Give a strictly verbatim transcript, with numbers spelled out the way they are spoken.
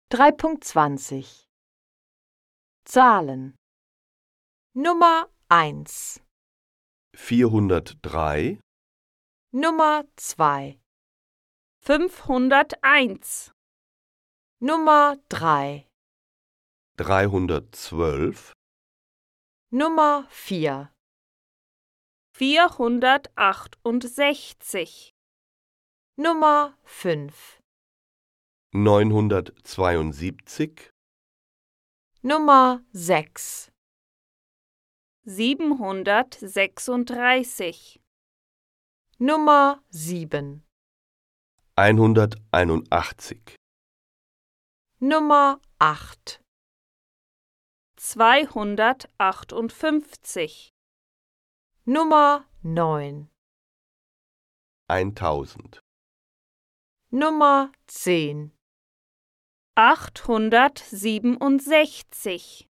drei Punkt zwanzig Zahlen Nummer eins, vierhundertdrei, Nummer zwei, fünfhunderteins, Nummer drei, dreihundertzwölf, Nummer vier, vierhundertachtundsechzig, Nummer fünf, neunhundertzweiundsiebzig, Nummer sechs, siebenhundertsechsunddreißig, Nummer sieben, einhunderteinundachtzig, Nummer acht, zweihundertachtundfünfzig, Nummer neun, eintausend, Nummer zehn, achthundertsiebenundsechzig,